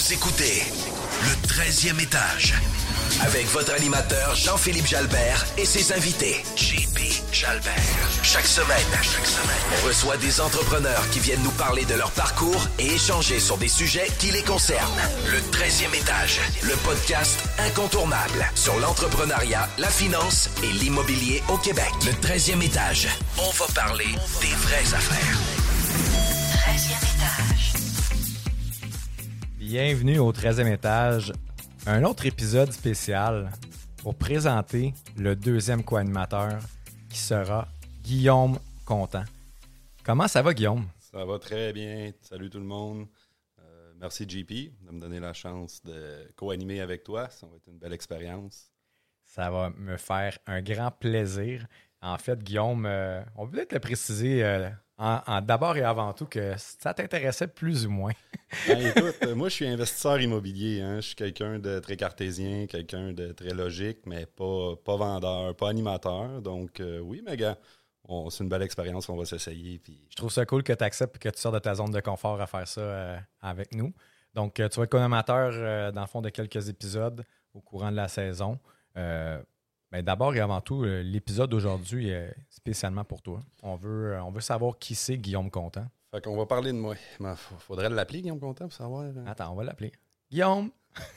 Vous écoutez le 13e étage avec votre animateur Jean-Philippe Jalbert et ses invités JP Jalbert. Chaque semaine, on reçoit des entrepreneurs qui viennent nous parler de leur parcours et échanger sur des sujets qui les concernent. Le 13e étage, le podcast incontournable sur l'entrepreneuriat, la finance et l'immobilier au Québec. Le 13e étage, on va parler des vraies affaires. 13e étage. Bienvenue au 13e étage, un autre épisode spécial pour présenter le deuxième co-animateur qui sera Guillaume Contant. Comment ça va, Guillaume? Ça va très bien. Salut tout le monde. Merci JP de me donner la chance de co-animer avec toi. Ça va être une belle expérience. Ça va me faire un grand plaisir. En fait, Guillaume, on peut peut-être le préciser d'abord et avant tout que ça t'intéressait plus ou moins. Ben, écoute, moi je suis investisseur immobilier. Hein. Je suis quelqu'un de très cartésien, quelqu'un de très logique, mais pas vendeur, pas animateur. Donc oui, mais gars, c'est une belle expérience, on va s'essayer. Puis... Je trouve ça cool que tu acceptes et que tu sors de ta zone de confort à faire ça avec nous. Donc, tu vas être co-animateur dans le fond de quelques épisodes au courant de la saison. Ben d'abord et avant tout, l'épisode d'aujourd'hui est spécialement pour toi. On veut savoir qui c'est Guillaume Contant. Fait qu'on va parler de moi. Il faudrait l'appeler Guillaume Contant pour savoir. Attends, on va l'appeler. Guillaume!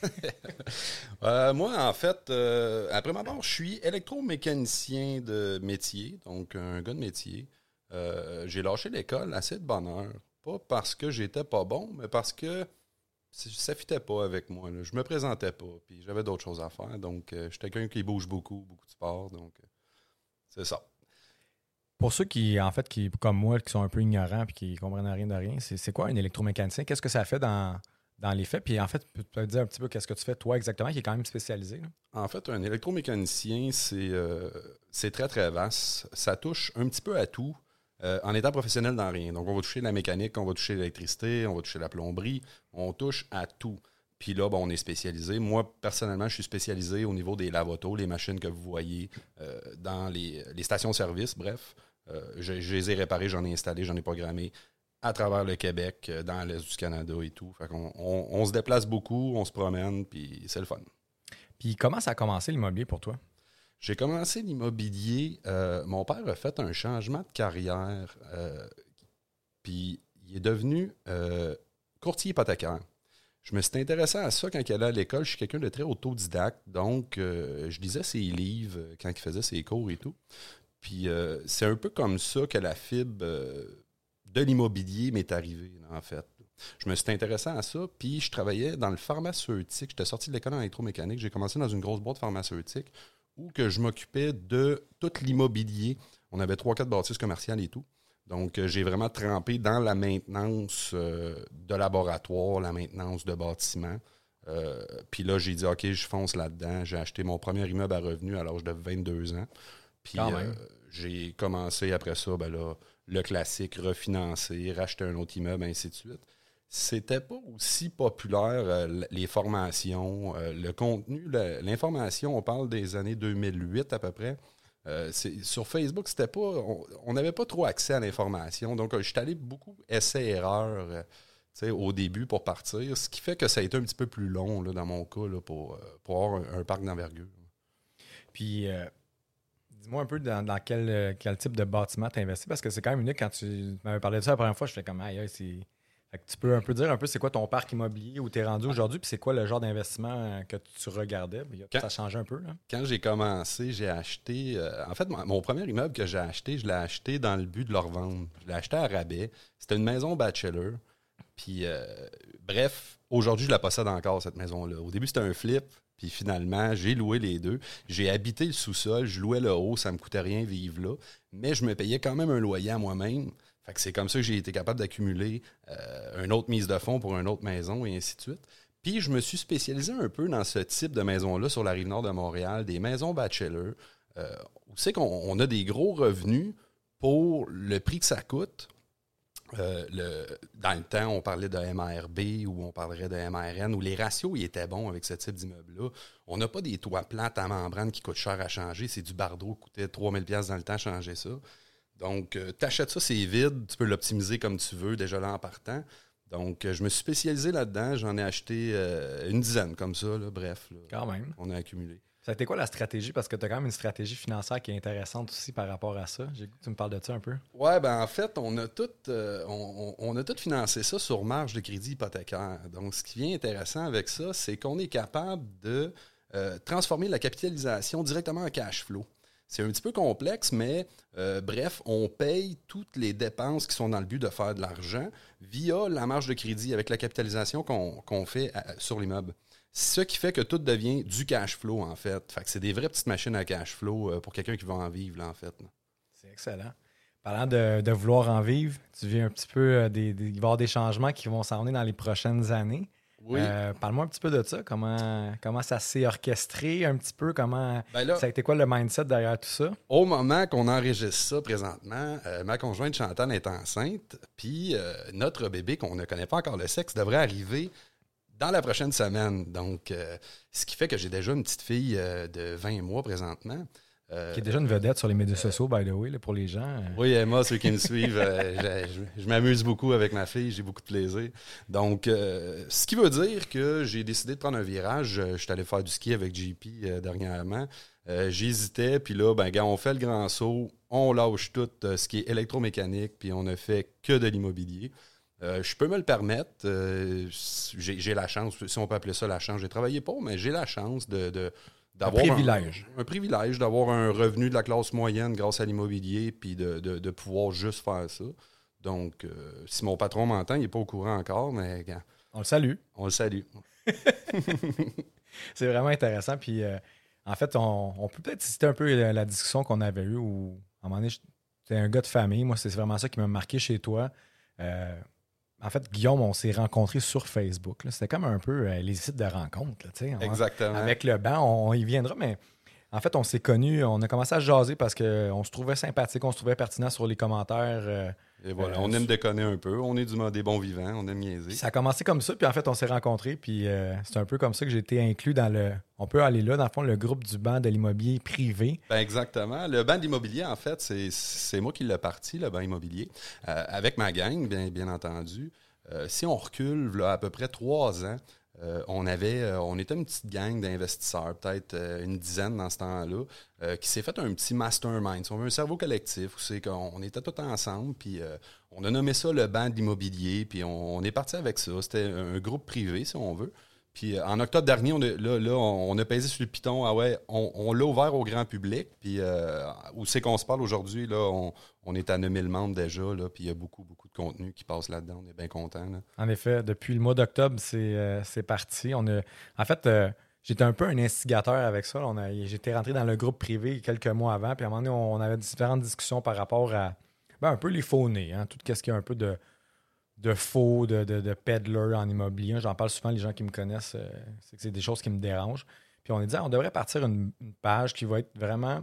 Moi, en fait, après ma part, je suis électromécanicien de métier, donc un gars de métier. J'ai lâché l'école assez de bonne heure. Pas parce que j'étais pas bon, mais parce que ça fitait pas avec moi. Là. Je me présentais pas, puis j'avais d'autres choses à faire. Donc, je suis quelqu'un qui bouge beaucoup de sport. Donc, c'est ça. Pour ceux qui, comme moi, qui sont un peu ignorants et qui ne comprennent rien de rien, c'est quoi un électromécanicien? Qu'est-ce que ça fait dans les faits? Puis en fait, tu peux te dire un petit peu qu'est-ce que tu fais toi exactement, qui est quand même spécialisé. Là? En fait, un électromécanicien, c'est très, très vaste. Ça touche un petit peu à tout. En étant professionnel dans rien. Donc, on va toucher la mécanique, on va toucher l'électricité, on va toucher la plomberie, on touche à tout. Puis là, on est spécialisé. Moi, personnellement, je suis spécialisé au niveau des lave-autos, les machines que vous voyez dans les stations-service, bref. Je les ai réparées, j'en ai installé, j'en ai programmé à travers le Québec, dans l'Est du Canada et tout. Fait qu'on on se déplace beaucoup, on se promène, puis c'est le fun. Puis comment ça a commencé l'immobilier pour toi? J'ai commencé l'immobilier. Mon père a fait un changement de carrière. Puis il est devenu courtier hypothécaire. Je me suis intéressé à ça quand il allait à l'école. Je suis quelqu'un de très autodidacte. Donc, je lisais ses livres quand il faisait ses cours et tout. Puis c'est un peu comme ça que la fibre de l'immobilier m'est arrivée, en fait. Je me suis intéressé à ça, puis je travaillais dans le pharmaceutique. J'étais sorti de l'école en électromécanique. J'ai commencé dans une grosse boîte pharmaceutique où que je m'occupais de tout l'immobilier. On avait 3-4 bâtisses commerciales et tout. Donc, j'ai vraiment trempé dans la maintenance de laboratoire, la maintenance de bâtiments. Puis là, j'ai dit, OK, je fonce là-dedans. J'ai acheté mon premier immeuble à revenus à l'âge de 22 ans. Puis j'ai commencé après ça, le classique, refinancer, racheter un autre immeuble, ainsi de suite. C'était pas aussi populaire, les formations, le contenu, l'information, on parle des années 2008 à peu près. Sur Facebook, c'était pas, on n'avait pas trop accès à l'information. Donc, je suis allé beaucoup essai-erreur au début pour partir, ce qui fait que ça a été un petit peu plus long là, dans mon cas là, pour avoir un parc d'envergure. Puis, dis-moi un peu dans quel type de bâtiment tu as investi, parce que c'est quand même unique. Quand tu m'avais parlé de ça la première fois, je fais comme, c'est... Fait que tu peux un peu dire c'est quoi ton parc immobilier où tu es rendu aujourd'hui, puis c'est quoi le genre d'investissement que tu regardais? Ça a changé un peu, là? Quand j'ai commencé, j'ai acheté... en fait, mon premier immeuble que j'ai acheté, je l'ai acheté dans le but de le revendre. Je l'ai acheté à rabais. C'était une maison bachelor. Puis, bref, aujourd'hui, je la possède encore, cette maison-là. Au début, c'était un flip. Puis finalement, j'ai loué les deux. J'ai habité le sous-sol, je louais le haut, ça ne me coûtait rien vivre là. Mais je me payais quand même un loyer à moi-même. Fait que c'est comme ça que j'ai été capable d'accumuler une autre mise de fonds pour une autre maison et ainsi de suite. Puis je me suis spécialisé un peu dans ce type de maison-là sur la Rive-Nord de Montréal, des maisons bachelor, où c'est qu'on a des gros revenus pour le prix que ça coûte. Dans le temps, on parlait de MRB ou on parlerait de MRN, où les ratios ils étaient bons avec ce type d'immeuble-là. On n'a pas des toits plats à membrane qui coûtent cher à changer. C'est du Bardeau qui coûtait 3 000 $ dans le temps à changer ça. Donc, tu achètes ça, c'est vide, tu peux l'optimiser comme tu veux, déjà là en partant. Donc, je me suis spécialisé là-dedans. J'en ai acheté une dizaine comme ça, là, bref. Là, Quand même. on a accumulé. Ça a été quoi la stratégie? Parce que tu as quand même une stratégie financière qui est intéressante aussi par rapport à ça. J'ai goût que tu me parles de ça un peu. Ouais, ben en fait, on a tout financé ça sur marge de crédit hypothécaire. Donc, ce qui vient intéressant avec ça, c'est qu'on est capable de transformer la capitalisation directement en cash flow. C'est un petit peu complexe, mais bref, on paye toutes les dépenses qui sont dans le but de faire de l'argent via la marge de crédit avec la capitalisation qu'on fait sur l'immeuble. Ce qui fait que tout devient du cash flow, en fait. Fait que c'est des vraies petites machines à cash flow pour quelqu'un qui veut en vivre, là, en fait. Là. C'est excellent. Parlant de vouloir en vivre, tu viens un petit peu il va y avoir des changements qui vont s'en venir dans les prochaines années. Oui. Parle-moi un petit peu de ça. Comment ça s'est orchestré un petit peu? Ça a été quoi le mindset derrière tout ça? Au moment qu'on enregistre ça présentement, ma conjointe Chantal est enceinte, puis notre bébé, qu'on ne connaît pas encore le sexe, devrait arriver dans la prochaine semaine. Donc, ce qui fait que j'ai déjà une petite fille de 20 mois présentement. Qui est déjà une vedette sur les médias sociaux, by the way, là, pour les gens. Oui, Emma, ceux qui me suivent, je m'amuse beaucoup avec ma fille, j'ai beaucoup de plaisir. Donc, ce qui veut dire que j'ai décidé de prendre un virage. Je suis allé faire du ski avec JP dernièrement. J'hésitais, puis là, gars, on fait le grand saut, on lâche tout ce qui est électromécanique, puis on ne fait que de l'immobilier. Je peux me le permettre. J'ai la chance, si on peut appeler ça la chance, j'ai travaillé pas, mais j'ai la chance d'avoir un privilège d'avoir un revenu de la classe moyenne grâce à l'immobilier, puis de pouvoir juste faire ça. Donc, si mon patron m'entend, il n'est pas au courant encore, mais quand, on le salue. On le salue. C'est vraiment intéressant. Puis, en fait, on peut peut-être citer un peu la discussion qu'on avait eue où, à un moment donné, j'étais un gars de famille. Moi, c'est vraiment ça qui m'a marqué chez toi. En fait, Guillaume, on s'est rencontrés sur Facebook. Là. C'était comme un peu les sites de rencontres. Là, exactement. Avec le banc, on y viendra, mais en fait, on s'est connus, on a commencé à se jaser parce qu'on se trouvait sympathique, on se trouvait pertinent sur les commentaires. Et voilà, on aime déconner un peu, on est des bons vivants, on aime niaiser. Ça a commencé comme ça, puis en fait, on s'est rencontrés, puis c'est un peu comme ça que j'ai été inclus dans on peut aller là, dans le fond, le groupe du banc de l'immobilier privé. Exactement. Le banc de l'immobilier, en fait, c'est moi qui l'ai parti, le banc immobilier, avec ma gang, bien entendu. Si on recule, là, à peu près 3 ans, on était une petite gang d'investisseurs, peut-être une dizaine dans ce temps-là, qui s'est fait un petit mastermind. On veut un cerveau collectif où c'est qu'on était tous ensemble, puis on a nommé ça le banc de l'immobilier, puis on est parti avec ça. C'était un groupe privé, si on veut. Puis en octobre dernier, on a pesé sur le piton. Ah ouais, on l'a ouvert au grand public. Puis où c'est qu'on se parle aujourd'hui, là, on est à 9000 membres déjà. Là, puis il y a beaucoup, beaucoup de contenu qui passe là-dedans. On est bien contents. En effet, depuis le mois d'octobre, c'est parti. En fait, j'étais un peu un instigateur avec ça. J'étais rentré dans le groupe privé quelques mois avant. Puis à un moment donné, on avait différentes discussions par rapport à un peu les faux nez. Tout ce qui est un peu de faux, de peddler en immobilier. J'en parle souvent, les gens qui me connaissent, c'est des choses qui me dérangent. Puis on est dit, on devrait partir une page qui va être vraiment,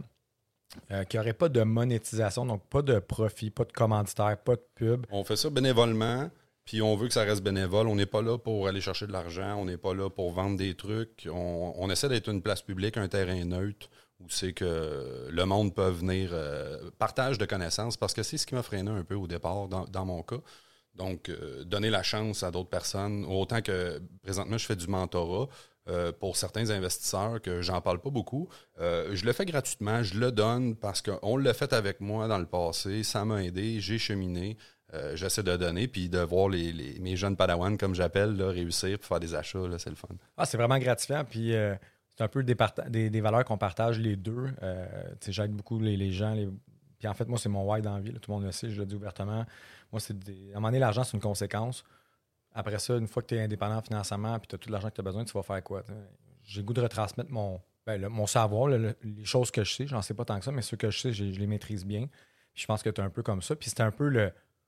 qui n'aurait pas de monétisation, donc pas de profit, pas de commanditaire, pas de pub. On fait ça bénévolement, puis on veut que ça reste bénévole. On n'est pas là pour aller chercher de l'argent, on n'est pas là pour vendre des trucs. On essaie d'être une place publique, un terrain neutre, où c'est que le monde peut venir partage de connaissances, parce que c'est ce qui m'a freiné un peu au départ, dans mon cas. Donc, donner la chance à d'autres personnes, autant que présentement, je fais du mentorat pour certains investisseurs que j'en parle pas beaucoup. Je le fais gratuitement, je le donne parce qu'on l'a fait avec moi dans le passé, ça m'a aidé, j'ai cheminé, j'essaie de donner, puis de voir mes jeunes padawans, comme j'appelle, là, réussir pour faire des achats, là, c'est le fun. Ah, c'est vraiment gratifiant, puis c'est un peu des valeurs qu'on partage les deux. J'aide beaucoup les gens, puis en fait, moi, c'est mon why dans la vie, là, tout le monde le sait, je le dis ouvertement. Moi, à un moment donné, l'argent, c'est une conséquence. Après ça, une fois que tu es indépendant financièrement et tu as tout l'argent que tu as besoin, tu vas faire quoi? J'ai le goût de retransmettre mon savoir, les choses que je sais. J'en sais pas tant que ça, mais ceux que je sais, je les maîtrise bien. Puis je pense que tu es un peu comme ça. Puis c'était un peu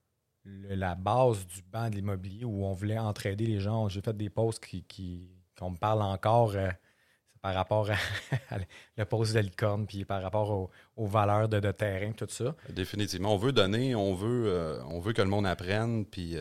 la base du banc de l'immobilier où on voulait entraider les gens. J'ai fait des posts qu'on me parle encore par rapport à le post de la licorne, puis par rapport aux valeurs de terrain, tout ça. Définitivement. On veut donner, on veut que le monde apprenne, puis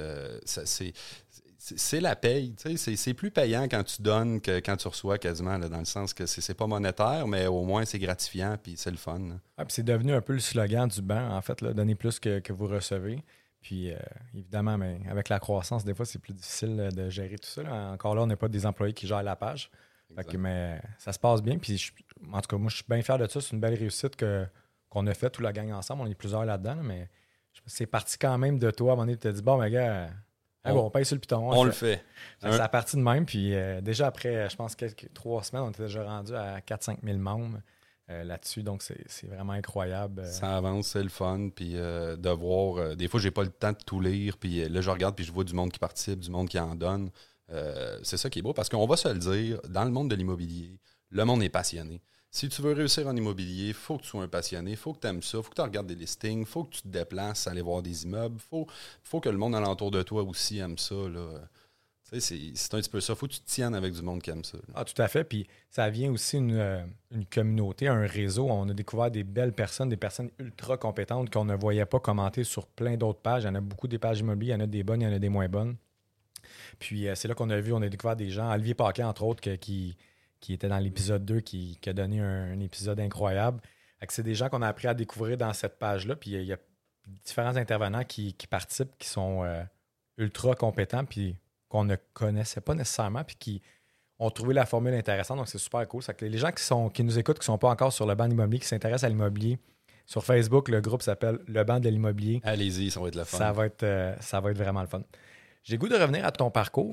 c'est la paye. C'est plus payant quand tu donnes que quand tu reçois quasiment, là, dans le sens que c'est pas monétaire, mais au moins c'est gratifiant, puis c'est le fun. Ah, puis c'est devenu un peu le slogan du banc, en fait, là, donner plus que vous recevez. Puis, évidemment, mais avec la croissance, des fois, c'est plus difficile de gérer tout ça. Là. Encore là, on n'a pas des employés qui gèrent la page. Fait que, mais ça se passe bien. Puis, en tout cas, moi, je suis bien fier de ça. C'est une belle réussite qu'on a fait, toute la gang ensemble. On est plusieurs là-dedans, là, mais c'est parti quand même de toi. À un moment donné, tu t'es dit, bon, mais gars, on paye sur le piton. On le fait. Ça a parti de même. Puis, déjà après, je pense, 3 semaines, on était déjà rendu à 4-5 000 membres. Là-dessus, donc c'est vraiment incroyable. Ça avance, c'est le fun, puis de voir, des fois j'ai pas le temps de tout lire, puis là je regarde puis je vois du monde qui participe, du monde qui en donne. C'est ça qui est beau, parce qu'on va se le dire, dans le monde de l'immobilier, le monde est passionné. Si tu veux réussir en immobilier, il faut que tu sois un passionné, il faut que tu aimes ça, il faut que tu regardes des listings, il faut que tu te déplaces, aller voir des immeubles, il faut que le monde alentour de toi aussi aime ça, là. C'est un petit peu ça. Il faut que tu te tiennes avec du monde qui aime ça. Là. Ah, tout à fait. Puis ça vient aussi une communauté, un réseau. On a découvert des belles personnes, des personnes ultra compétentes qu'on ne voyait pas commenter sur plein d'autres pages. Il y en a beaucoup des pages immobilières. Il y en a des bonnes, il y en a des moins bonnes. Puis c'est là qu'on a découvert des gens. Olivier Paquet, entre autres, qui était dans l'épisode 2, qui a donné un épisode incroyable. C'est des gens qu'on a appris à découvrir dans cette page-là. Puis il y a différents intervenants qui participent, qui sont ultra compétents. Puis qu'on ne connaissait pas nécessairement, puis qui ont trouvé la formule intéressante. Donc, c'est super cool. Ça que les gens qui nous écoutent, qui ne sont pas encore sur le banc de l'immobilier, qui s'intéressent à l'immobilier, sur Facebook, le groupe s'appelle Le banc de l'immobilier. Allez-y, ça va être le fun. Ça va être vraiment le fun. J'ai le goût de revenir à ton parcours.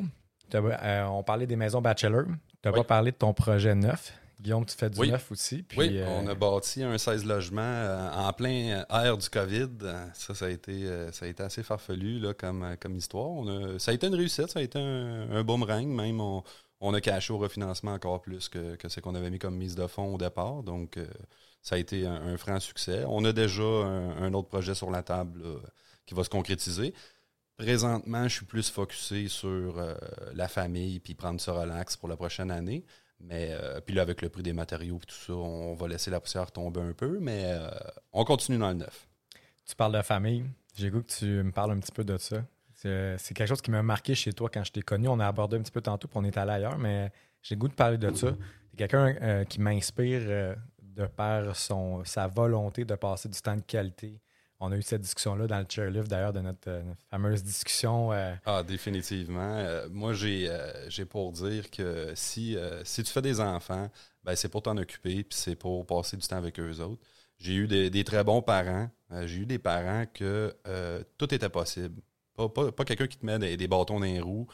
On parlait des maisons bachelor. Tu n'as pas parlé de ton projet neuf. Guillaume, tu fais du neuf aussi. Puis, oui, on a bâti un 16 logements en plein air du COVID. Ça a été assez farfelu là, comme histoire. Ça a été une réussite, ça a été un boomerang. Même, on a caché au refinancement encore plus que ce qu'on avait mis comme mise de fonds au départ. Donc, ça a été un franc succès. On a déjà un autre projet sur la table là, qui va se concrétiser. Présentement, je suis plus focusé sur la famille puis prendre ça relax pour la prochaine année. Mais puis là, avec le prix des matériaux et tout ça, on va laisser la poussière tomber un peu, mais on continue dans le neuf. Tu parles de famille. J'ai le goût que tu me parles un petit peu de ça. C'est quelque chose qui m'a marqué chez toi quand je t'ai connu. On a abordé un petit peu tantôt, puis on est allé ailleurs, mais j'ai le goût de parler de ça. C'est quelqu'un qui m'inspire de par sa volonté de passer du temps de qualité. On a eu cette discussion-là dans le chairlift, d'ailleurs, de notre fameuse discussion. Ah, définitivement. Moi, j'ai pour dire que si tu fais des enfants, ben, c'est pour t'en occuper, puis c'est pour passer du temps avec eux autres. J'ai eu des très bons parents. J'ai eu des parents que tout était possible. Pas quelqu'un qui te met des bâtons dans les roues.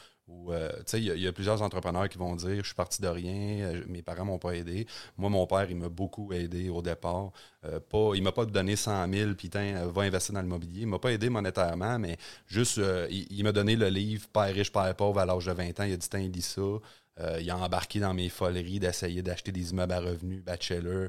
Il y a plusieurs entrepreneurs qui vont dire « Je suis parti de rien, mes parents m'ont pas aidé. » Moi, mon père, il m'a beaucoup aidé au départ. Il m'a pas donné 100 000 puis va investir dans l'immobilier. Il m'a pas aidé monétairement, mais juste, il m'a donné le livre « Père riche, père pauvre » à l'âge de 20 ans. Il a dit « Tiens, lis ça. » Il a embarqué dans mes foleries d'essayer d'acheter des immeubles à revenus, bachelor.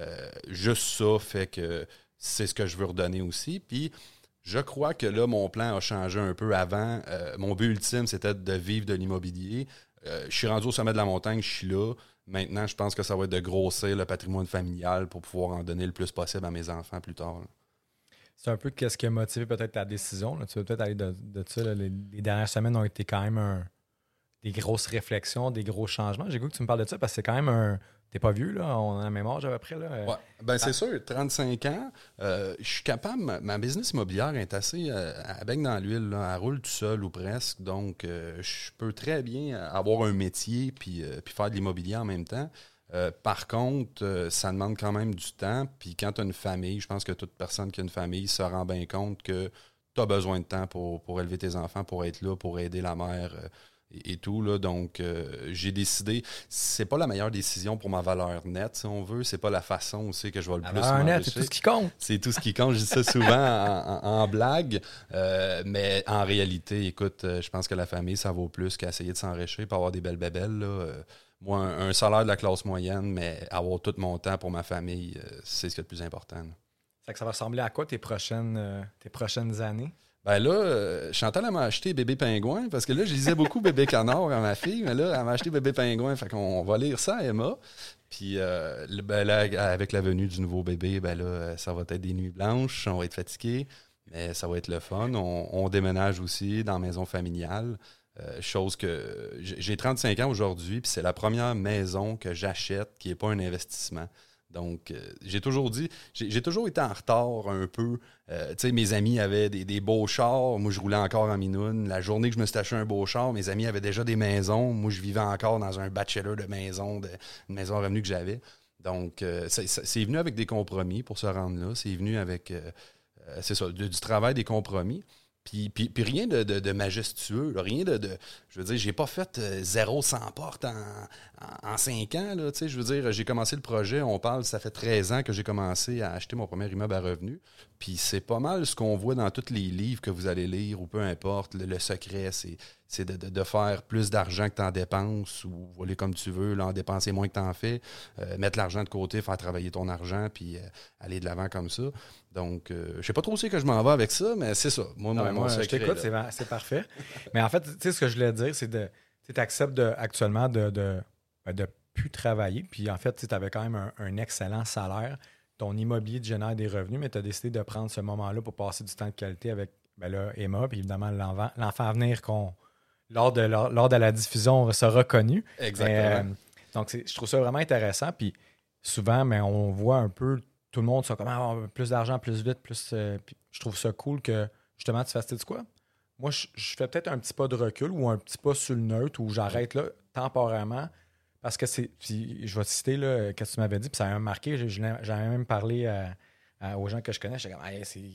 Juste ça fait que c'est ce que je veux redonner aussi. Puis, je crois que là, mon plan a changé un peu avant. Mon but ultime, c'était de vivre de l'immobilier. Je suis rendu au sommet de la montagne, je suis là. Maintenant, je pense que ça va être de grossir le patrimoine familial pour pouvoir en donner le plus possible à mes enfants plus tard. Là. C'est un peu ce qui a motivé peut-être ta décision. Là. Tu veux peut-être aller de ça. Là. Les dernières semaines ont été quand même des grosses réflexions, des gros changements. J'ai goût que tu me parles de ça parce que c'est quand même T'es pas vieux, là? On a la même âge à peu près, là? Ouais. Ben, c'est sûr, 35 ans. Je suis capable... Ma business immobilière est assez à bec dans l'huile, là. Elle roule tout seul ou presque. Donc, je peux très bien avoir un métier puis faire de l'immobilier en même temps. Par contre, ça demande quand même du temps. Puis quand tu as une famille, je pense que toute personne qui a une famille se rend bien compte que tu as besoin de temps pour élever tes enfants, pour être là, pour aider la mère... et tout, là. Donc, j'ai décidé, c'est pas la meilleure décision pour ma valeur nette, si on veut. C'est pas la façon aussi que je vais le plus m'enrichir. C'est tout ce qui compte. C'est tout ce qui compte. Je dis ça souvent en blague. Mais en réalité, écoute, je pense que la famille, ça vaut plus qu'essayer de s'enrichir pour avoir des belles bébelles, là. Moi, un salaire de la classe moyenne, mais avoir tout mon temps pour ma famille, c'est ce qui est le plus important. Ça va ressembler à quoi tes prochaines années? Ben là, Chantal m'a acheté Bébé Pingouin, parce que là, je lisais beaucoup Bébé Canard à ma fille, mais là, elle m'a acheté Bébé Pingouin, fait qu'on va lire ça à Emma. Puis ben là, avec la venue du nouveau bébé, ben là, ça va être des nuits blanches, on va être fatigué, mais ça va être le fun. On déménage aussi dans la maison familiale, chose que... J'ai 35 ans aujourd'hui, puis c'est la première maison que j'achète qui n'est pas un investissement. Donc, j'ai toujours été en retard un peu. Tu sais, mes amis avaient des beaux chars. Moi, je roulais encore en minoune. La journée que je me suis acheté un beau char, mes amis avaient déjà des maisons. Moi, je vivais encore dans un bachelor de maison, une maison à revenu que j'avais. Donc, c'est venu avec des compromis pour se rendre là. C'est venu avec, c'est ça, du travail, des compromis. Puis rien de majestueux, là, rien de... Je veux dire, j'ai pas fait 0-100 portes en 5 ans. Là, je veux dire, j'ai commencé le projet, ça fait 13 ans que j'ai commencé à acheter mon premier immeuble à revenu. Puis c'est pas mal ce qu'on voit dans tous les livres que vous allez lire, ou peu importe. Le secret, c'est de faire plus d'argent que tu en dépenses, ou voler comme tu veux, là, en dépenser moins que tu en fais, mettre l'argent de côté, faire travailler ton argent, puis aller de l'avant comme ça. Donc, je sais pas trop où c'est que je m'en vais avec ça, mais c'est ça. Moi, je t'écoute, c'est parfait. Mais en fait, tu sais, ce que je voulais dire, c'est tu acceptes actuellement de plus travailler. Puis en fait, tu avais quand même un excellent salaire. Ton immobilier te génère des revenus, mais tu as décidé de prendre ce moment-là pour passer du temps de qualité avec Emma, puis évidemment l'enfant à venir lors de la diffusion sera connu. Exactement. Donc, je trouve ça vraiment intéressant. Puis souvent, mais on voit un peu tout le monde ça comment plus d'argent, plus vite, plus. Puis je trouve ça cool que justement tu fasses, tu sais quoi? Moi, je fais peut-être un petit pas de recul ou un petit pas sur le neutre où j'arrête là temporairement. Parce que puis je vais te citer là, qu'est-ce que tu m'avais dit, puis ça m'a marqué. J'avais même parlé aux gens que je connais. J'étais comme,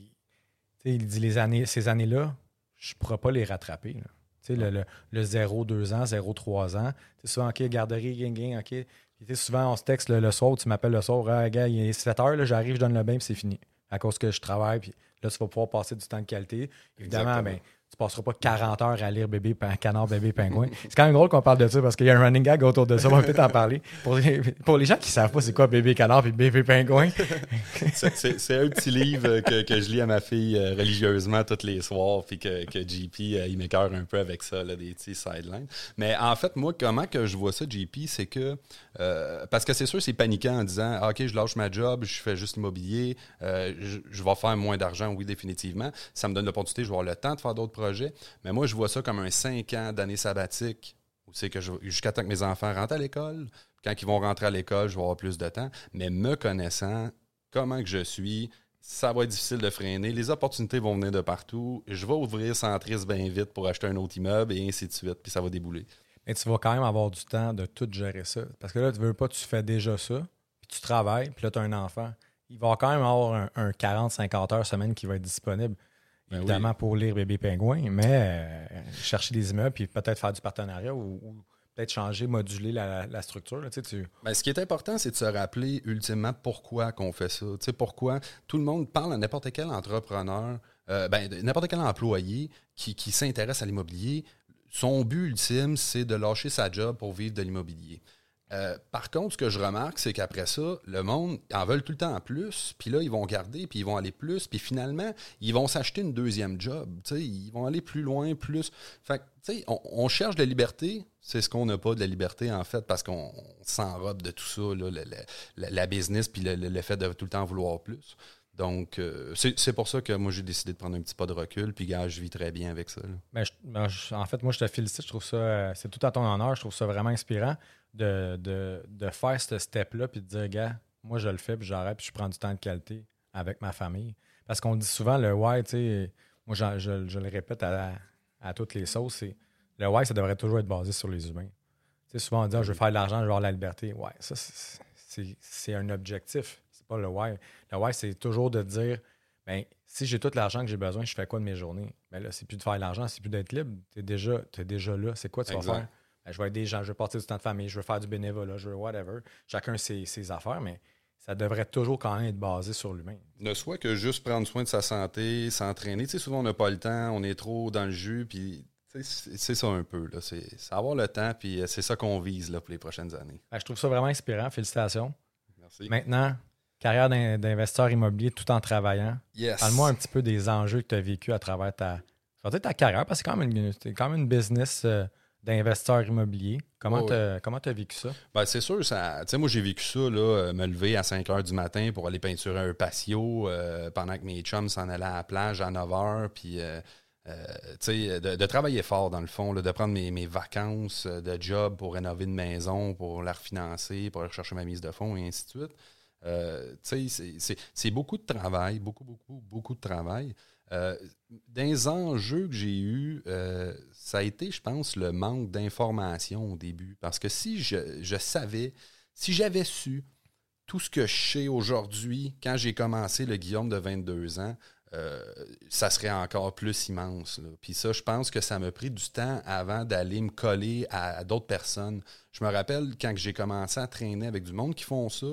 il dit ces années-là, je ne pourrai pas les rattraper. Là. Tu sais, le 0-2 ans, 0-3 ans. Tu sais, souvent, OK, garderie, gang, OK. Puis souvent, on se texte le soir, tu m'appelles le soir, ah, gars, il est 7 heures, là, j'arrive, je donne le bain, puis c'est fini. À cause que je travaille, puis là, tu vas pouvoir passer du temps de qualité. Évidemment, ben, tu passeras pas 40 heures à lire Canard, bébé, pingouin. C'est quand même drôle qu'on parle de ça parce qu'il y a un running gag autour de ça. On va peut-être en parler. Pour les gens qui ne savent pas c'est quoi bébé canard et bébé pingouin. c'est un petit livre que je lis à ma fille religieusement tous les soirs, puis que JP, il m'écoeure un peu avec ça, là, des petits sidelines. Mais en fait, moi, comment que je vois ça, JP, c'est que, parce que c'est sûr, c'est paniquant en disant, ah, OK, je lâche ma job, je fais juste l'immobilier, je vais faire moins d'argent, oui, définitivement. Ça me donne l'opportunité, je vais avoir le temps de faire d'autres projets. Mais moi, je vois ça comme un 5 ans d'année sabbatique où c'est que jusqu'à temps que mes enfants rentrent à l'école. Quand ils vont rentrer à l'école, je vais avoir plus de temps. Mais me connaissant, comment que je suis, ça va être difficile de freiner. Les opportunités vont venir de partout. Je vais ouvrir Centris bien vite pour acheter un autre immeuble et ainsi de suite. Puis ça va débouler. Mais tu vas quand même avoir du temps de tout gérer ça. Parce que là, tu veux pas, tu fais déjà ça, puis tu travailles, puis là, tu as un enfant. Il va quand même avoir un 40-50 heures semaine qui va être disponible. Ben évidemment, oui. Pour lire Bébé Pingouin, mais chercher des immeubles puis peut-être faire du partenariat ou peut-être changer, moduler la structure. Là, Ben, ce qui est important, c'est de se rappeler ultimement pourquoi qu'on fait ça. Tu sais, pourquoi tout le monde parle à n'importe quel entrepreneur, n'importe quel employé qui s'intéresse à l'immobilier. Son but ultime, c'est de lâcher sa job pour vivre de l'immobilier. Par contre, ce que je remarque, c'est qu'après ça, le monde en veut tout le temps en plus, puis là, ils vont garder, puis ils vont aller plus, puis finalement, ils vont s'acheter une deuxième job. Ils vont aller plus loin, plus. Fait que, on cherche de la liberté, c'est ce qu'on n'a pas de la liberté, en fait, parce qu'on s'enrobe de tout ça, là, la business, puis le fait de tout le temps vouloir plus. Donc, c'est pour ça que moi, j'ai décidé de prendre un petit pas de recul, puis gars, je vis très bien avec ça. En fait, moi, je te félicite, je trouve ça, c'est tout à ton honneur, je trouve ça vraiment inspirant. De faire ce step-là puis de dire, gars, moi, je le fais, puis j'arrête, puis je prends du temps de qualité avec ma famille. Parce qu'on dit souvent, le why, tu sais, moi, je le répète à toutes les sauces, c'est le why, ça devrait toujours être basé sur les humains. Tu sais, souvent, on dit, je veux faire de l'argent, je veux avoir la liberté. Ouais, ça, c'est un objectif. C'est pas le why. Le why, c'est toujours de dire, bien, si j'ai tout l'argent que j'ai besoin, je fais quoi de mes journées? Bien là, c'est plus de faire de l'argent, c'est plus d'être libre. T'es déjà là. C'est quoi tu vas faire? Je vais aider des gens, je veux partir du temps de famille, je veux faire du bénévolat, je veux whatever. Chacun ses affaires, mais ça devrait toujours quand même être basé sur l'humain. Ne soit que juste prendre soin de sa santé, s'entraîner. Tu sais, souvent, on n'a pas le temps, on est trop dans le jus, puis c'est ça un peu. Là. C'est avoir le temps, puis c'est ça qu'on vise là, pour les prochaines années. Je trouve ça vraiment inspirant. Félicitations. Merci. Maintenant, carrière d'investisseur immobilier tout en travaillant. Yes. Parle-moi un petit peu des enjeux que tu as vécu à travers ta carrière, parce que c'est quand même une business... d'investisseur immobilier. Comment tu as vécu ça? Ben, c'est sûr, moi j'ai vécu ça, là, me lever à 5 h du matin pour aller peinturer un patio pendant que mes chums s'en allaient à la plage à 9 h, puis de travailler fort dans le fond, là, de prendre mes vacances de job pour rénover une maison, pour la refinancer, pour aller chercher ma mise de fonds et ainsi de suite. Tu sais, c'est beaucoup de travail, beaucoup de travail. Dans les enjeux que j'ai eus, ça a été, je pense, le manque d'information au début. Parce que si je savais, si j'avais su tout ce que je sais aujourd'hui, quand j'ai commencé le Guillaume de 22 ans, ça serait encore plus immense. Là. Puis ça, je pense que ça m'a pris du temps avant d'aller me coller à d'autres personnes. Je me rappelle quand j'ai commencé à traîner avec du monde qui font ça,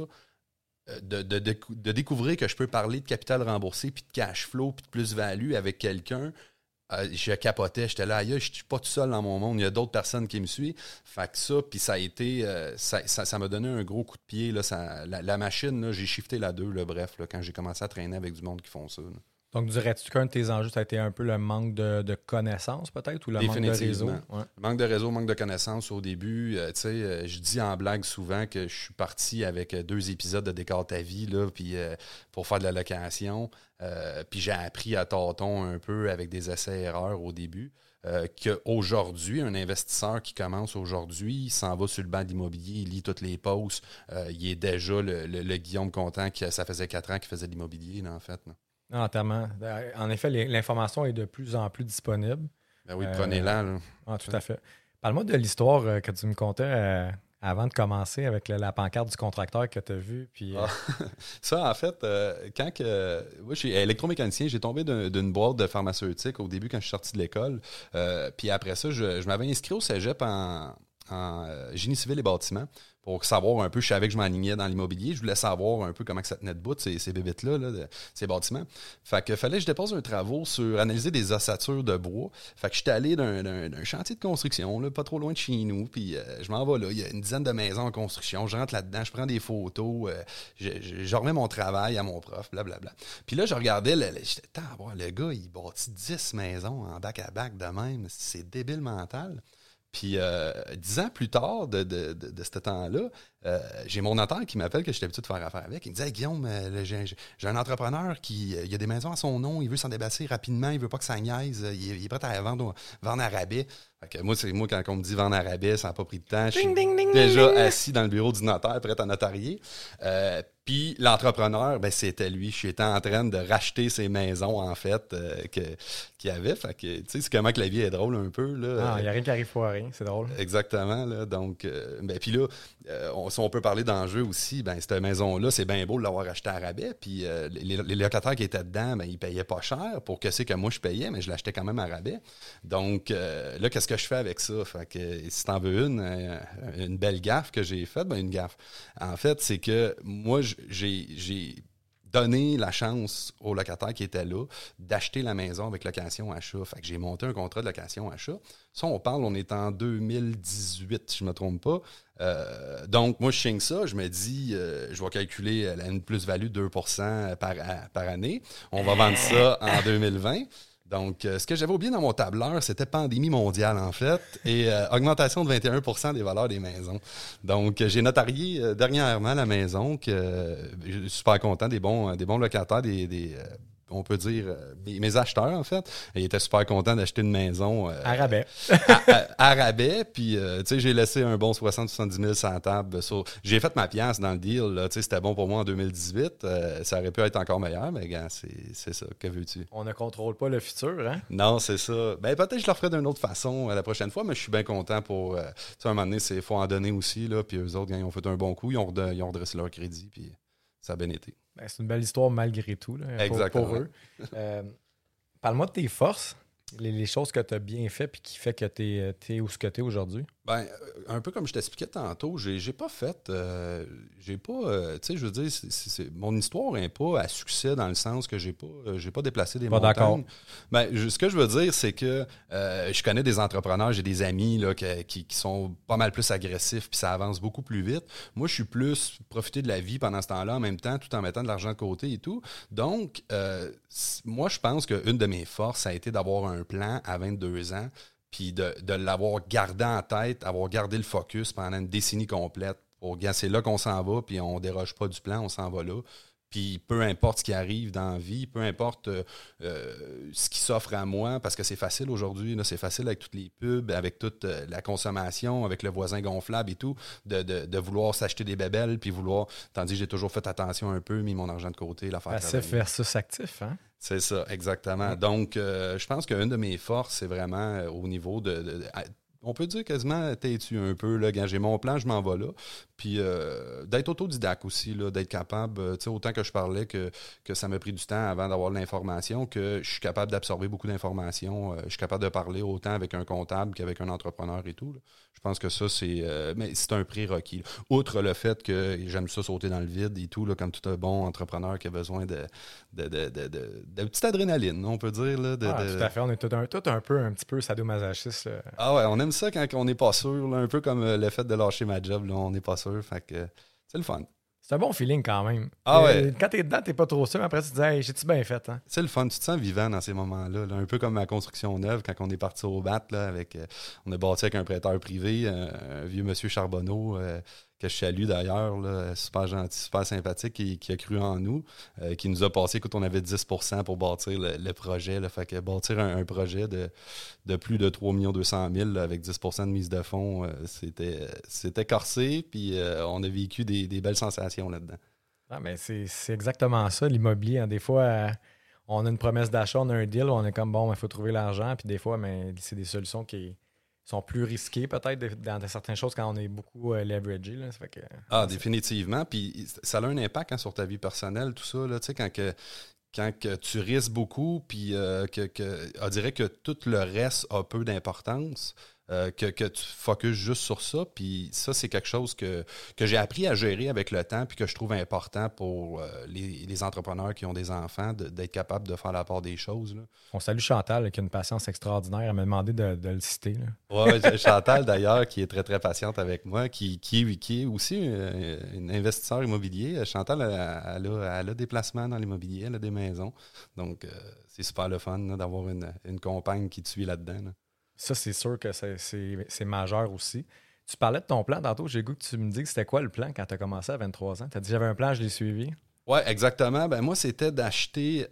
de découvrir que je peux parler de capital remboursé, puis de cash flow, puis de plus-value avec quelqu'un. Je capotais, j'étais là, aïe, je suis pas tout seul dans mon monde, il y a d'autres personnes qui me suivent. Fait que ça, puis ça a été, ça m'a donné un gros coup de pied. Là, la machine, là, j'ai shifté la 2, là, bref, là, quand j'ai commencé à traîner avec du monde qui font ça. Là. Donc, dirais-tu qu'un de tes enjeux, ça a été un peu le manque de connaissances, peut-être, ou le manque de réseau? Ouais. Manque de réseau, manque de connaissances au début. Je dis en blague souvent que je suis parti avec 2 épisodes de Décor ta vie là, puis, pour faire de la location. Puis j'ai appris à tâtons un peu avec des essais-erreurs au début. Qu'aujourd'hui, un investisseur qui commence aujourd'hui, il s'en va sur le banc d'immobilier, il lit toutes les posts. Il est déjà le Guillaume Content, ça faisait 4 ans qu'il faisait de l'immobilier, là, en fait. Là. Entièrement. En effet, l'information est de plus en plus disponible. Ben oui, prenez-la. Là. Ah, tout à fait. Parle-moi de l'histoire que tu me contais avant de commencer avec la pancarte du contracteur que tu as vu. Puis, Ça, en fait, moi, je suis électromécanicien, j'ai tombé d'une boîte de pharmaceutique au début quand je suis sorti de l'école. Puis après ça, je m'avais inscrit au cégep en génie civil et bâtiment pour savoir un peu, je savais que je m'alignais dans l'immobilier, je voulais savoir un peu comment que ça tenait debout, ces bébites-là, ces bâtiments. Fait que fallait que je dépose un travaux sur analyser des ossatures de bois. Fait que j'étais allé d'un chantier de construction, là, pas trop loin de chez nous, puis je m'en vais là, il y a une dizaine de maisons en construction, je rentre là-dedans, je prends des photos, je remets mon travail à mon prof, blablabla. Puis là, je regardais, j'étais, le gars, il bâtit 10 maisons en back-à-back de même, c'est débile mental. Puis 10 ans plus tard de ce temps-là, j'ai mon notaire qui m'appelle, que j'étais habitué de faire affaire avec. Il me dit hey, Guillaume, j'ai un entrepreneur qui il a des maisons à son nom, il veut s'en débarrasser rapidement, il veut pas que ça niaise, il est prêt à vendre à rabais. Fait que moi, quand on me dit vendre à rabais, ça n'a pas pris de temps. Je suis déjà assis dans le bureau du notaire, prêt à notarier. Puis l'entrepreneur, ben, c'était lui. Je suis en train de racheter ses maisons, en fait, qu'il avait. Fait que, tu sais, c'est comment que la vie est drôle un peu. Là. Il n'y a rien qui arrive pour rien, c'est drôle. Exactement. Là, donc, puis là, si on peut parler d'enjeu aussi, ben, cette maison-là, c'est bien beau de l'avoir achetée à rabais. Puis les locataires qui étaient dedans, ben, ils payaient pas cher pour que c'est que moi je payais, mais je l'achetais quand même à rabais. Donc, là, qu'est-ce que je fais avec ça? Fait que si t'en veux une belle gaffe que j'ai faite, ben une gaffe. En fait, c'est que moi, j'ai donné la chance aux locataires qui étaient là d'acheter la maison avec location-achat. Fait que j'ai monté un contrat de location-achat. Ça, on est en 2018, si je ne me trompe pas. Donc, moi, je signe ça. Je me dis, je vais calculer une plus-value de 2% par année. On va vendre ça en 2020. Donc, ce que j'avais oublié dans mon tableur, c'était pandémie mondiale, en fait, et augmentation de 21% des valeurs des maisons. Donc, j'ai notarié dernièrement la maison, que je suis super content, des bons locataires, on peut dire, mes acheteurs, en fait. Ils étaient super contents d'acheter une maison. À rabais. à rabais. Puis, tu sais, j'ai laissé un bon 60-70 000 sur la table. J'ai fait ma pièce dans le deal. Tu sais, c'était bon pour moi en 2018. Ça aurait pu être encore meilleur, mais gars, c'est ça. Que veux-tu? On ne contrôle pas le futur, hein? Non, c'est ça. Ben, peut-être que je le ferai d'une autre façon la prochaine fois, mais je suis bien content pour... tu sais, à un moment donné, il faut en donner aussi. Là, puis eux autres, ils ont fait un bon coup. Ils ont redressé leur crédit, puis ça a bien été. Ben, c'est une belle histoire malgré tout là, pour eux. Parle-moi de tes forces, les choses que tu as bien fait et qui fait que tu es où ce que tu es aujourd'hui. Ben, un peu comme je t'expliquais tantôt, j'ai pas fait... tu sais, je veux dire, mon histoire n'est pas à succès dans le sens que j'ai pas déplacé des montagnes. D'accord. Ben, ce que je veux dire, c'est que je connais des entrepreneurs, j'ai des amis là, qui sont pas mal plus agressifs puis ça avance beaucoup plus vite. Moi, je suis plus profiter de la vie pendant ce temps-là en même temps, tout en mettant de l'argent de côté et tout. Donc, moi, je pense qu'une de mes forces, ça a été d'avoir un plan à 22 ans puis de l'avoir gardé en tête, avoir gardé le focus pendant une décennie complète. C'est là qu'on s'en va, puis on déroge pas du plan, on s'en va là. Puis peu importe ce qui arrive dans la vie, peu importe ce qui s'offre à moi, parce que c'est facile aujourd'hui, là, c'est facile avec toutes les pubs, avec toute la consommation, avec le voisin gonflable et tout, de vouloir s'acheter des bébelles, puis vouloir... Tandis que j'ai toujours fait attention un peu, mis mon argent de côté, la faire Passif travailler. versus actif, hein? C'est ça, exactement. Donc, je pense qu'une de mes forces, c'est vraiment au niveau on peut dire quasiment têtu un peu. Là, quand j'ai mon plan, je m'en vais là. Puis d'être autodidacte aussi, là, d'être capable, autant que je parlais que ça m'a pris du temps avant d'avoir de l'information, que je suis capable d'absorber beaucoup d'informations. Je suis capable de parler autant avec un comptable qu'avec un entrepreneur et tout. Là. Je pense que ça, mais c'est un prérequis. Là. Outre le fait que j'aime ça sauter dans le vide et tout, là, comme tout un bon entrepreneur qui a besoin de petite adrénaline, on peut dire. Là, tout à fait. On est tout un petit peu sadomasochiste. Là. Ah ouais, on aime ça quand on n'est pas sûr. Là, un peu comme le fait de lâcher ma job, là, on n'est pas sûr. Fait que c'est le fun. C'est un bon feeling quand même. Ah ouais. Quand t'es dedans, t'es pas trop sûr. Après, tu te dis, hey, j'ai-tu bien fait? Hein? C'est le fun. Tu te sens vivant dans ces moments-là. Là. Un peu comme ma construction neuve, quand on est parti au BAT, là, on a bâti avec un prêteur privé, un vieux monsieur Charbonneau, que je salue d'ailleurs, là, super gentil, super sympathique, qui a cru en nous, qui nous a passé, écoute, on avait 10% pour bâtir le projet. Là, fait que bâtir un projet de plus de 3 200 000 là, avec 10% de mise de fonds, c'était corsé, puis on a vécu des belles sensations là-dedans. Ah, mais c'est exactement ça, l'immobilier. Hein. Des fois, on a une promesse d'achat, on a un deal, on est comme, bon, il faut trouver l'argent, puis des fois, mais c'est des solutions qui sont plus risquées peut-être dans certaines choses quand on est beaucoup leveragé. Là. Ça fait que, définitivement. Puis ça a un impact hein, sur ta vie personnelle, tout ça. Là, tu sais, quand tu risques beaucoup, puis on dirait que tout le reste a peu d'importance, que tu focuses juste sur ça. Puis ça, c'est quelque chose que j'ai appris à gérer avec le temps, puis que je trouve important pour les entrepreneurs qui ont des enfants, d'être capable de faire la part des choses. Là. On salue Chantal, qui a une patience extraordinaire. Elle m'a demandé de le citer. Oui, Chantal, d'ailleurs, qui est très, très patiente avec moi, qui est aussi une investisseur immobilier. Chantal, elle a des placements dans l'immobilier, elle a des maisons. Donc, c'est super le fun là, d'avoir une compagne qui te suit là-dedans. Là. Ça, c'est sûr que c'est majeur aussi. Tu parlais de ton plan tantôt. J'ai le goût que tu me dis que c'était quoi le plan quand tu as commencé à 23 ans? Tu as dit j'avais un plan, je l'ai suivi. Oui, exactement. Ben, moi, c'était d'acheter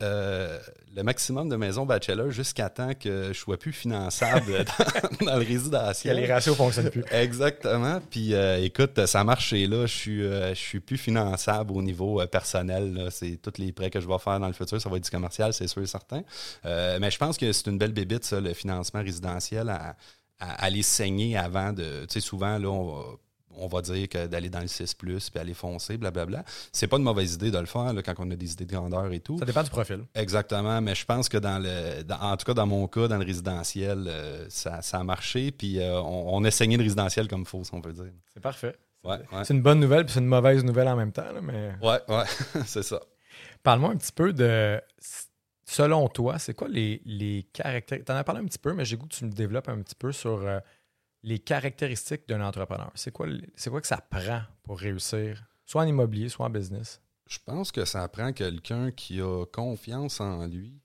le maximum de maisons bachelor jusqu'à temps que je ne sois plus finançable dans le résidentiel. Que les ratios ne fonctionnent plus. Exactement. Puis, écoute, ça a marché là. Je suis plus finançable au niveau personnel. Là. C'est tous les prêts que je vais faire dans le futur. Ça va être du commercial, c'est sûr et certain. Mais je pense que c'est une belle bébite, ça, le financement résidentiel, à aller saigner avant de... Tu sais, souvent, là, on va dire que d'aller dans le 6+, puis aller foncer, blablabla. C'est pas une mauvaise idée de le faire là, quand on a des idées de grandeur et tout. Ça dépend du profil. Exactement, mais je pense que en tout cas dans mon cas, dans le résidentiel, ça a marché, puis on a saigné le résidentiel comme il faut, si on peut dire. C'est parfait. Ouais. C'est une bonne nouvelle, puis c'est une mauvaise nouvelle en même temps. Là, mais... Ouais, c'est ça. Parle-moi un petit peu de... Selon toi, c'est quoi les caractéristiques... Tu en as parlé un petit peu, mais j'ai goût que tu me développes un petit peu sur... les caractéristiques d'un entrepreneur. C'est quoi que ça prend pour réussir, soit en immobilier, soit en business? Je pense que ça prend quelqu'un qui a confiance en lui.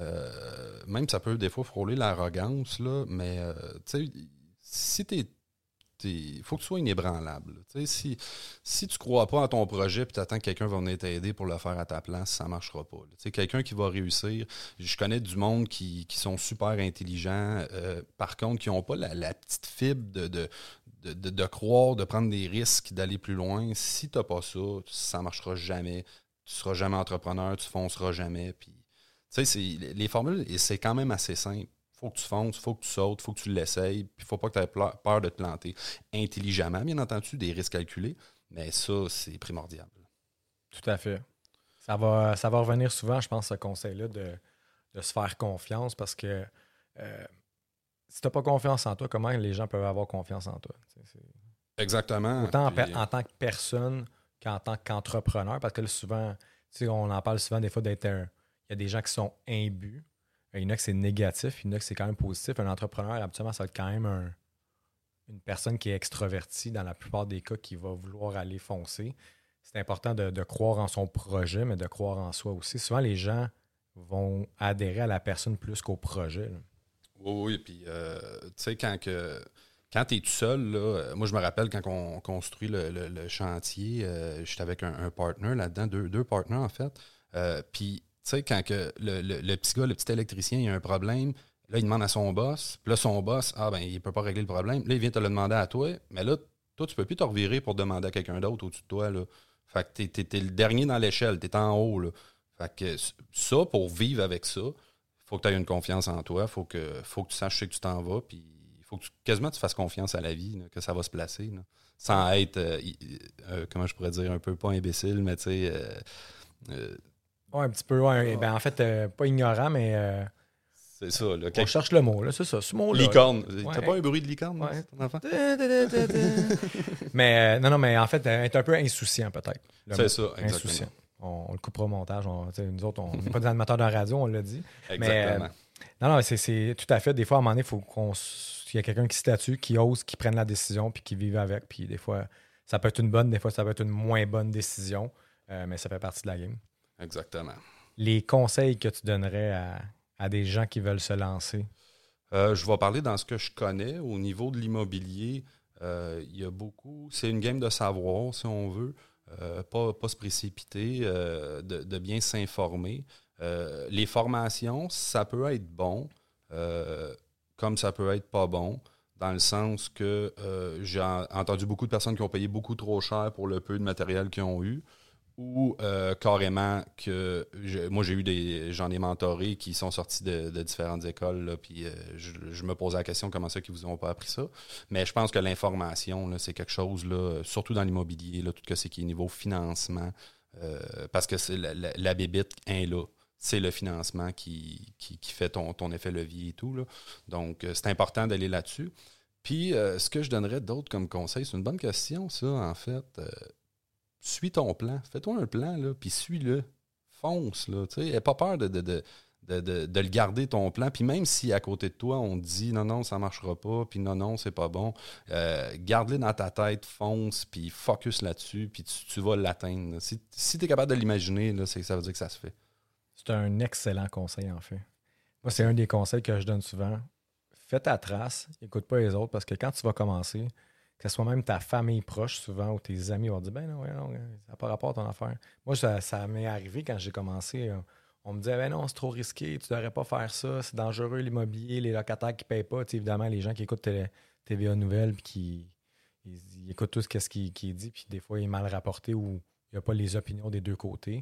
Même ça peut des fois frôler l'arrogance, là, mais tu sais, si il faut que tu sois inébranlable. Si tu ne crois pas à ton projet et tu attends que quelqu'un va venir t'aider pour le faire à ta place, ça ne marchera pas. Quelqu'un qui va réussir, je connais du monde qui sont super intelligents, par contre, qui n'ont pas la petite fibre de croire, de prendre des risques, d'aller plus loin. Si tu n'as pas ça ne marchera jamais. Tu ne seras jamais entrepreneur, tu ne fonceras jamais. Puis, les formules, c'est quand même assez simple. Faut que tu fonces, faut que tu sautes, faut que tu l'essayes, puis il ne faut pas que tu aies peur de te planter. Intelligemment, bien entendu, des risques calculés, mais ça, c'est primordial. Tout à fait. Ça va revenir souvent, je pense, ce conseil-là de se faire confiance, parce que si tu n'as pas confiance en toi, comment les gens peuvent avoir confiance en toi? Exactement. Autant en tant que personne qu'en tant qu'entrepreneur, parce que là, souvent, on en parle souvent des fois d'être il y a des gens qui sont imbus. Il y en a que c'est négatif, il y en a que c'est quand même positif. Un entrepreneur, habituellement, ça va être quand même une personne qui est extrovertie dans la plupart des cas, qui va vouloir aller foncer. C'est important de croire en son projet, mais de croire en soi aussi. Souvent, les gens vont adhérer à la personne plus qu'au projet. Là. Oui, puis tu sais, quand quand tu es tout seul, là, moi, je me rappelle quand on construit le chantier, j'étais avec un partner là-dedans, deux partenaires, en fait. Puis, tu sais, quand que le petit gars, le petit électricien, il a un problème, là, il demande à son boss. Puis là, son boss, il ne peut pas régler le problème. Là, il vient te le demander à toi. Mais là, toi, tu ne peux plus te revirer pour demander à quelqu'un d'autre au-dessus de toi, là. Fait que t'es le dernier dans l'échelle, t'es en haut, là. Fait que ça, pour vivre avec ça, il faut que tu aies une confiance en toi, faut que tu saches que tu t'en vas, puis il faut que quasiment tu fasses confiance à la vie, là, que ça va se placer, là, sans être, comment je pourrais dire, un peu pas imbécile, mais tu sais... Ouais, un petit peu, ouais. Ben, en fait, pas ignorant, mais... c'est ça, là. On cherche le mot, là, c'est ça, ce mot-là. Licorne. Ouais. T'as pas un bruit de licorne, ouais. ton enfant? Mais non, mais en fait, être un peu insouciant, peut-être. C'est ça, exactement. Insouciant. On le coupera au montage. Nous autres, on n'est pas des animateurs de radio, on l'a dit. Exactement. Mais, non, c'est tout à fait. Des fois, à un moment donné, il faut qu'il y ait quelqu'un qui statue, qui ose, qui prenne la décision, puis qui vive avec. Puis des fois, ça peut être une bonne, des fois, ça peut être une moins bonne décision. Mais ça fait partie de la game. Exactement. Les conseils que tu donnerais à des gens qui veulent se lancer? Je vais parler dans ce que je connais. Au niveau de l'immobilier, il y a beaucoup... C'est une game de savoir, si on veut. Pas se précipiter, de bien s'informer. Les formations, ça peut être bon, comme ça peut être pas bon, dans le sens que j'ai entendu beaucoup de personnes qui ont payé beaucoup trop cher pour le peu de matériel qu'ils ont eu, ou carrément que moi j'en ai mentoré qui sont sortis de différentes écoles, là, puis je me posais la question comment ça qu'ils vous ont pas appris ça. Mais je pense que l'information, là, c'est quelque chose, là, surtout dans l'immobilier, là, tout ce qui est niveau financement, parce que c'est la bébite est là. C'est le financement qui fait ton effet levier et tout, là. Donc, c'est important d'aller là-dessus. Puis, ce que je donnerais d'autre comme conseil, c'est une bonne question, ça, en fait. Suis ton plan. Fais-toi un plan, là, puis suis-le. Fonce, là. Tu sais, n'aie pas peur de le garder, ton plan. Puis même si à côté de toi, on te dit « Non, ça ne marchera pas », puis « Non, c'est pas bon », garde-le dans ta tête, fonce, puis focus là-dessus, puis tu vas l'atteindre, là. Si tu es capable de l'imaginer, là, ça veut dire que ça se fait. C'est un excellent conseil, en fait. Moi, c'est un des conseils que je donne souvent. Fais ta trace, écoute pas les autres, parce que quand tu vas commencer, que ce soit même ta famille proche, souvent, ou tes amis vont dire « Ben non, ça n'a pas rapport à ton affaire. » Moi, ça m'est arrivé quand j'ai commencé. On me disait « Ben non, c'est trop risqué, tu devrais pas faire ça, c'est dangereux l'immobilier, les locataires qui ne payent pas. » Tu sais, évidemment, les gens qui écoutent TVA Nouvelles, puis qui ils écoutent tout ce qu'il dit, puis des fois, il est mal rapporté ou il n'y a pas les opinions des deux côtés.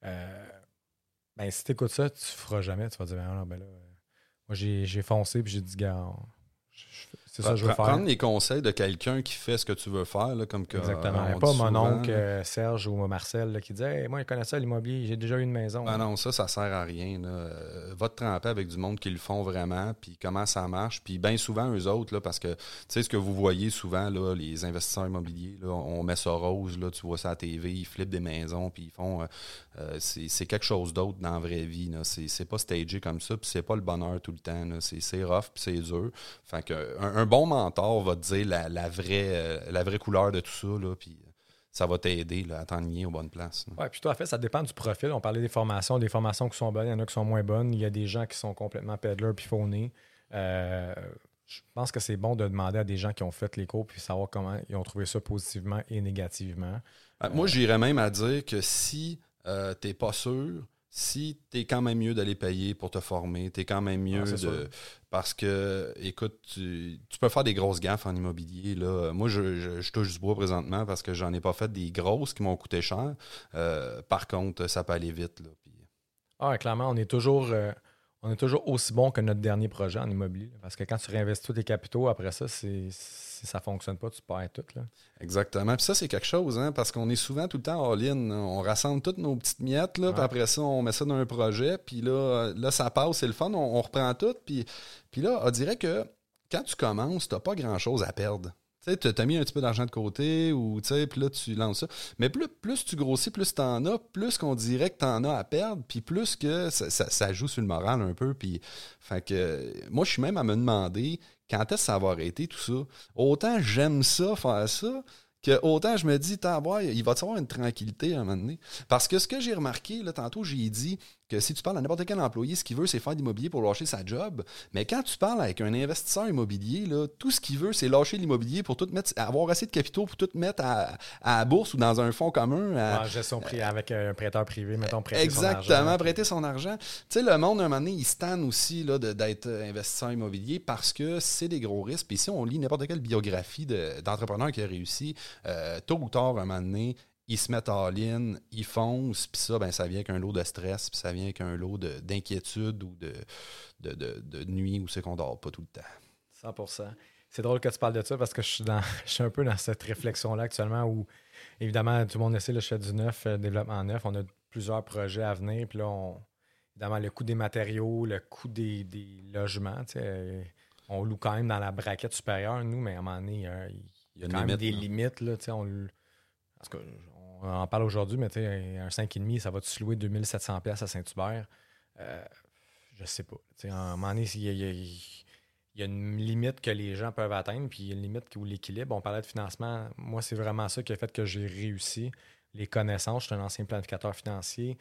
Ben, si tu écoutes ça, tu ne feras jamais. Tu vas dire, ben là, moi, j'ai foncé puis j'ai dit, gars, c'est ça que je veux faire. Prendre les conseils de quelqu'un qui fait ce que tu veux faire, là, comme que. Exactement. Pas mon oncle Serge ou Marcel là, qui dit, hey, moi, je connais ça, l'immobilier, j'ai déjà eu une maison. Ah non, ça sert à rien, là. Va te tremper avec du monde qui le font vraiment, puis comment ça marche. Puis bien souvent, eux autres, là, parce que, tu sais, ce que vous voyez souvent, là, les investisseurs immobiliers, là, on met ça rose, là, tu vois ça à la TV, ils flippent des maisons, puis ils font. C'est quelque chose d'autre dans la vraie vie, là. C'est pas stagé comme ça, puis c'est pas le bonheur tout le temps, là. C'est rough, puis c'est dur. Fait que un bon mentor va te dire la vraie couleur de tout ça, là, puis ça va t'aider là, à t'enligner aux bonnes places. Oui, puis tout à fait, ça dépend du profil. On parlait des formations qui sont bonnes, il y en a qui sont moins bonnes. Il y a des gens qui sont complètement peddlers puis faunés. Je pense que c'est bon de demander à des gens qui ont fait les cours puis savoir comment ils ont trouvé ça positivement et négativement. Moi, j'irais même à dire que si tu n'es pas sûr, si tu es quand même mieux d'aller payer pour te former, tu es quand même mieux de... Parce que, écoute, tu peux faire des grosses gaffes en immobilier, là. Moi, je touche du bois présentement parce que j'en ai pas fait des grosses qui m'ont coûté cher. Par contre, ça peut aller vite, là. Puis... Ah, clairement, on est toujours aussi bon que notre dernier projet en immobilier. Là, parce que quand tu réinvestis tous tes capitaux, après ça, si ça ne fonctionne pas, tu perds tout. Là. Exactement. Puis ça, c'est quelque chose, hein, parce qu'on est souvent tout le temps all-in. On rassemble toutes nos petites miettes, là, puis après ça, on met ça dans un projet, puis là ça passe, c'est le fun, on reprend tout. Puis là, on dirait que quand tu commences, tu n'as pas grand-chose à perdre. Tu as mis un petit peu d'argent de côté, ou puis là, tu lances ça. Mais plus tu grossis, plus tu en as, plus qu'on dirait que tu en as à perdre, puis plus que ça joue sur le moral un peu. Puis, fait que moi, je suis même à me demander quand est-ce que ça va arrêter tout ça. Autant j'aime ça, faire ça, que autant je me dis, il va y avoir une tranquillité à un moment donné. Parce que ce que j'ai remarqué, là, tantôt, j'ai dit que si tu parles à n'importe quel employé, ce qu'il veut, c'est faire de l'immobilier pour lâcher sa job. Mais quand tu parles avec un investisseur immobilier, là, tout ce qu'il veut, c'est lâcher l'immobilier pour tout mettre, avoir assez de capitaux pour tout mettre à la bourse ou dans un fonds commun. Gestion avec un prêteur privé, mettons, prêter exactement, son argent. Prêter son argent. Tu sais, le monde, à un moment donné, il se tanne aussi là, d'être investisseur immobilier parce que c'est des gros risques. Puis si on lit n'importe quelle biographie d'entrepreneur qui a réussi, tôt ou tard, un moment donné, ils se mettent all-in, ils foncent, puis ça, ça vient qu'un lot de stress, puis ça vient qu'un lot d'inquiétude ou de nuit où c'est qu'on dort pas tout le temps. 100%. C'est drôle que tu parles de ça parce que je suis un peu dans cette réflexion-là actuellement où, évidemment, tout le monde essaie, là, je fais du neuf, développement neuf, on a plusieurs projets à venir, puis là, évidemment, le coût des matériaux, le coût des logements, tu sais, on loue quand même dans la braquette supérieure, nous, mais à un moment donné, il y a quand même des limites, là, tu sais, parce qu'on en parle aujourd'hui, mais tu sais, un 5,5, ça va-tu se louer 2700$ à Saint-Hubert? Je sais pas. Tu sais, à un moment donné, il y a une limite que les gens peuvent atteindre, puis il y a une limite où l'équilibre. On parlait de financement. Moi, c'est vraiment ça qui a fait que j'ai réussi. Les connaissances. Je suis un ancien planificateur financier.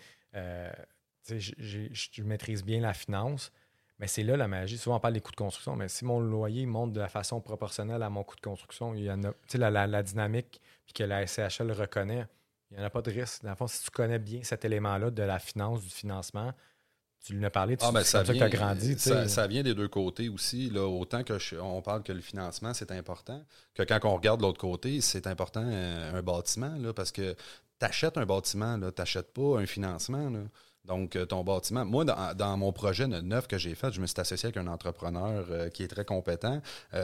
Je maîtrise bien la finance. Mais c'est là la magie. Souvent, on parle des coûts de construction, mais si mon loyer monte de la façon proportionnelle à mon coût de construction, il y en a, la dynamique, puis que la SCHL reconnaît, il n'y en a pas de risque. Dans le fond, si tu connais bien cet élément-là de la finance, du financement, tu lui as parlé, c'est ça que tu as grandi. Ça vient des deux côtés aussi. Là, autant on parle que le financement, c'est important, que quand on regarde l'autre côté, c'est important un bâtiment, là, parce que tu achètes un bâtiment, tu n'achètes pas un financement. Là. Donc, ton bâtiment. Moi, dans mon projet neuf que j'ai fait, je me suis associé avec un entrepreneur qui est très compétent.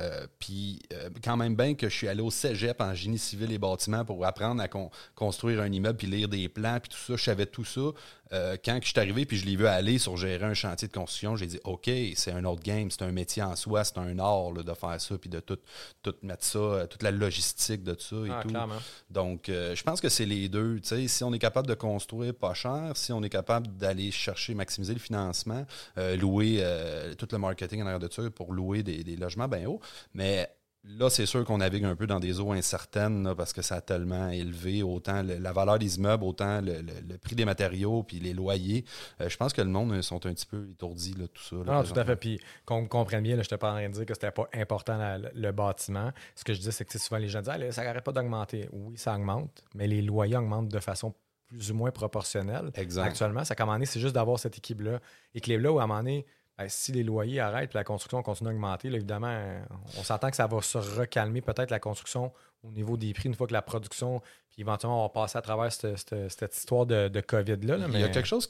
Puis, quand même bien que je suis allé au cégep en génie civil et bâtiment pour apprendre à construire un immeuble, puis lire des plans, puis tout ça. Je savais tout ça. Quand je suis arrivé, puis je l'ai vu aller sur gérer un chantier de construction, j'ai dit, OK, c'est un autre game, c'est un métier en soi, c'est un art là, de faire ça, puis de tout mettre ça, toute la logistique de ça et tout. Clairement. Donc, je pense que c'est les deux. Tu sais, si on est capable de construire pas cher, si on est capable d'aller chercher, maximiser le financement, louer tout le marketing en arrière de ça pour louer des logements bien hauts. Mais là, c'est sûr qu'on navigue un peu dans des eaux incertaines là, parce que ça a tellement élevé autant la valeur des immeubles, autant le prix des matériaux puis les loyers. Je pense que le monde sont un petit peu étourdis, là, tout ça. Là, non, tout à fait. Puis qu'on me comprenne bien, là, je n'étais pas en train de dire que c'était pas important le bâtiment. Ce que je dis, c'est que souvent les gens disent ça n'arrête pas d'augmenter. Oui, ça augmente, mais les loyers augmentent de façon plus ou moins proportionnelle. Exact. Actuellement, ça, à un moment donné, c'est juste d'avoir cette équilibre-là où à un moment donné, si les loyers arrêtent et la construction continue à augmenter, là, évidemment, on s'entend que ça va se recalmer peut-être la construction au niveau des prix une fois que la production, puis éventuellement, on va passer à travers cette histoire de COVID-là. Il y a quelque chose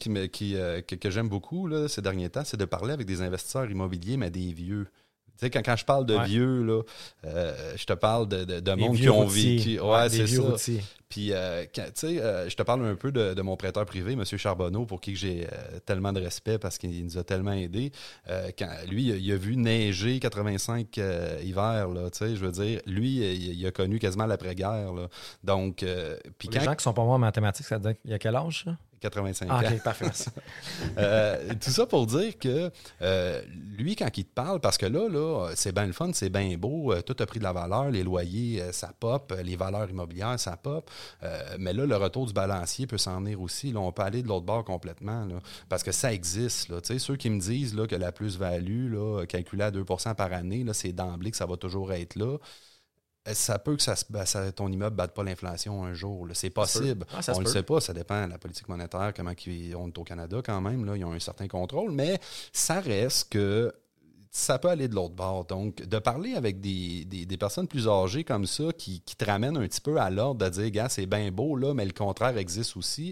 que j'aime beaucoup là, ces derniers temps, c'est de parler avec des investisseurs immobiliers, mais des vieux. Tu sais, quand je parle de vieux, là, je te parle de monde qui ont vécu. Ouais, c'est ça. Routiers. Puis, tu sais, je te parle un peu de mon prêteur privé, M. Charbonneau, pour qui j'ai tellement de respect parce qu'il nous a tellement aidés. Lui, il a vu neiger 85 hivers, là, tu sais, je veux dire. Lui, il a connu quasiment l'après-guerre, là. Donc, puis les gens qui sont pas bons en mathématiques, ça veut dire il y a quel âge, ça? 85 ans. OK, parfait, merci. Tout ça pour dire que lui, quand il te parle, parce que là, c'est bien le fun, c'est bien beau, tout a pris de la valeur, les loyers, ça pop, les valeurs immobilières, ça pop. Mais là, le retour du balancier peut s'en venir aussi. Là, on peut aller de l'autre bord complètement, là, parce que ça existe. Là, ceux qui me disent là, que la plus-value, là, calculée à 2% par année, là, c'est d'emblée que ça va toujours être là. Ça peut que ton immeuble ne batte pas l'inflation un jour. Là. C'est possible. On ne le sait pas. Ça dépend de la politique monétaire, comment on est au Canada quand même. Là, ils ont un certain contrôle. Mais ça reste que ça peut aller de l'autre bord. Donc, de parler avec des personnes plus âgées comme ça qui te ramènent un petit peu à l'ordre de dire, gars, c'est bien beau, là, mais le contraire existe aussi.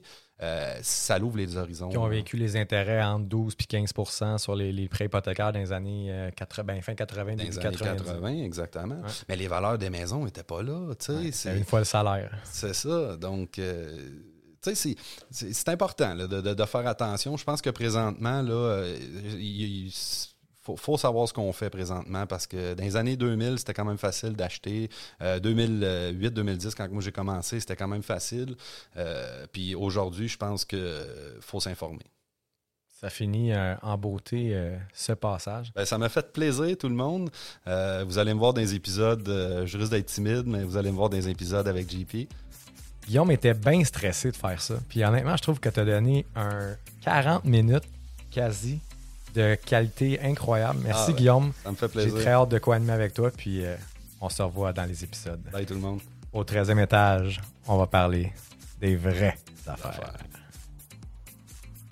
Ça l'ouvre les horizons. Qui ont vécu les intérêts entre 12 et 15% sur les prêts hypothécaires dans les années 80, fin 80, début 80, exactement. Ouais. Mais les valeurs des maisons n'étaient pas là. C'est une fois le salaire. C'est ça. Donc, c'est important là, de faire attention. Je pense que présentement, là, faut savoir ce qu'on fait présentement parce que dans les années 2000, c'était quand même facile d'acheter. 2008-2010, quand moi j'ai commencé, c'était quand même facile. Puis aujourd'hui, je pense qu'il faut s'informer. Ça finit en beauté ce passage. Ben, ça m'a fait plaisir, tout le monde. Vous allez me voir dans les épisodes, je risque d'être timide, mais vous allez me voir dans les épisodes avec JP. Guillaume était bien stressé de faire ça. Puis honnêtement, je trouve que tu as donné un 40 minutes quasi de qualité incroyable. Merci Guillaume. Ça me fait plaisir. J'ai très hâte de co-animer avec toi. Puis on se revoit dans les épisodes. Bye tout le monde. Au 13e étage, on va parler des vraies affaires.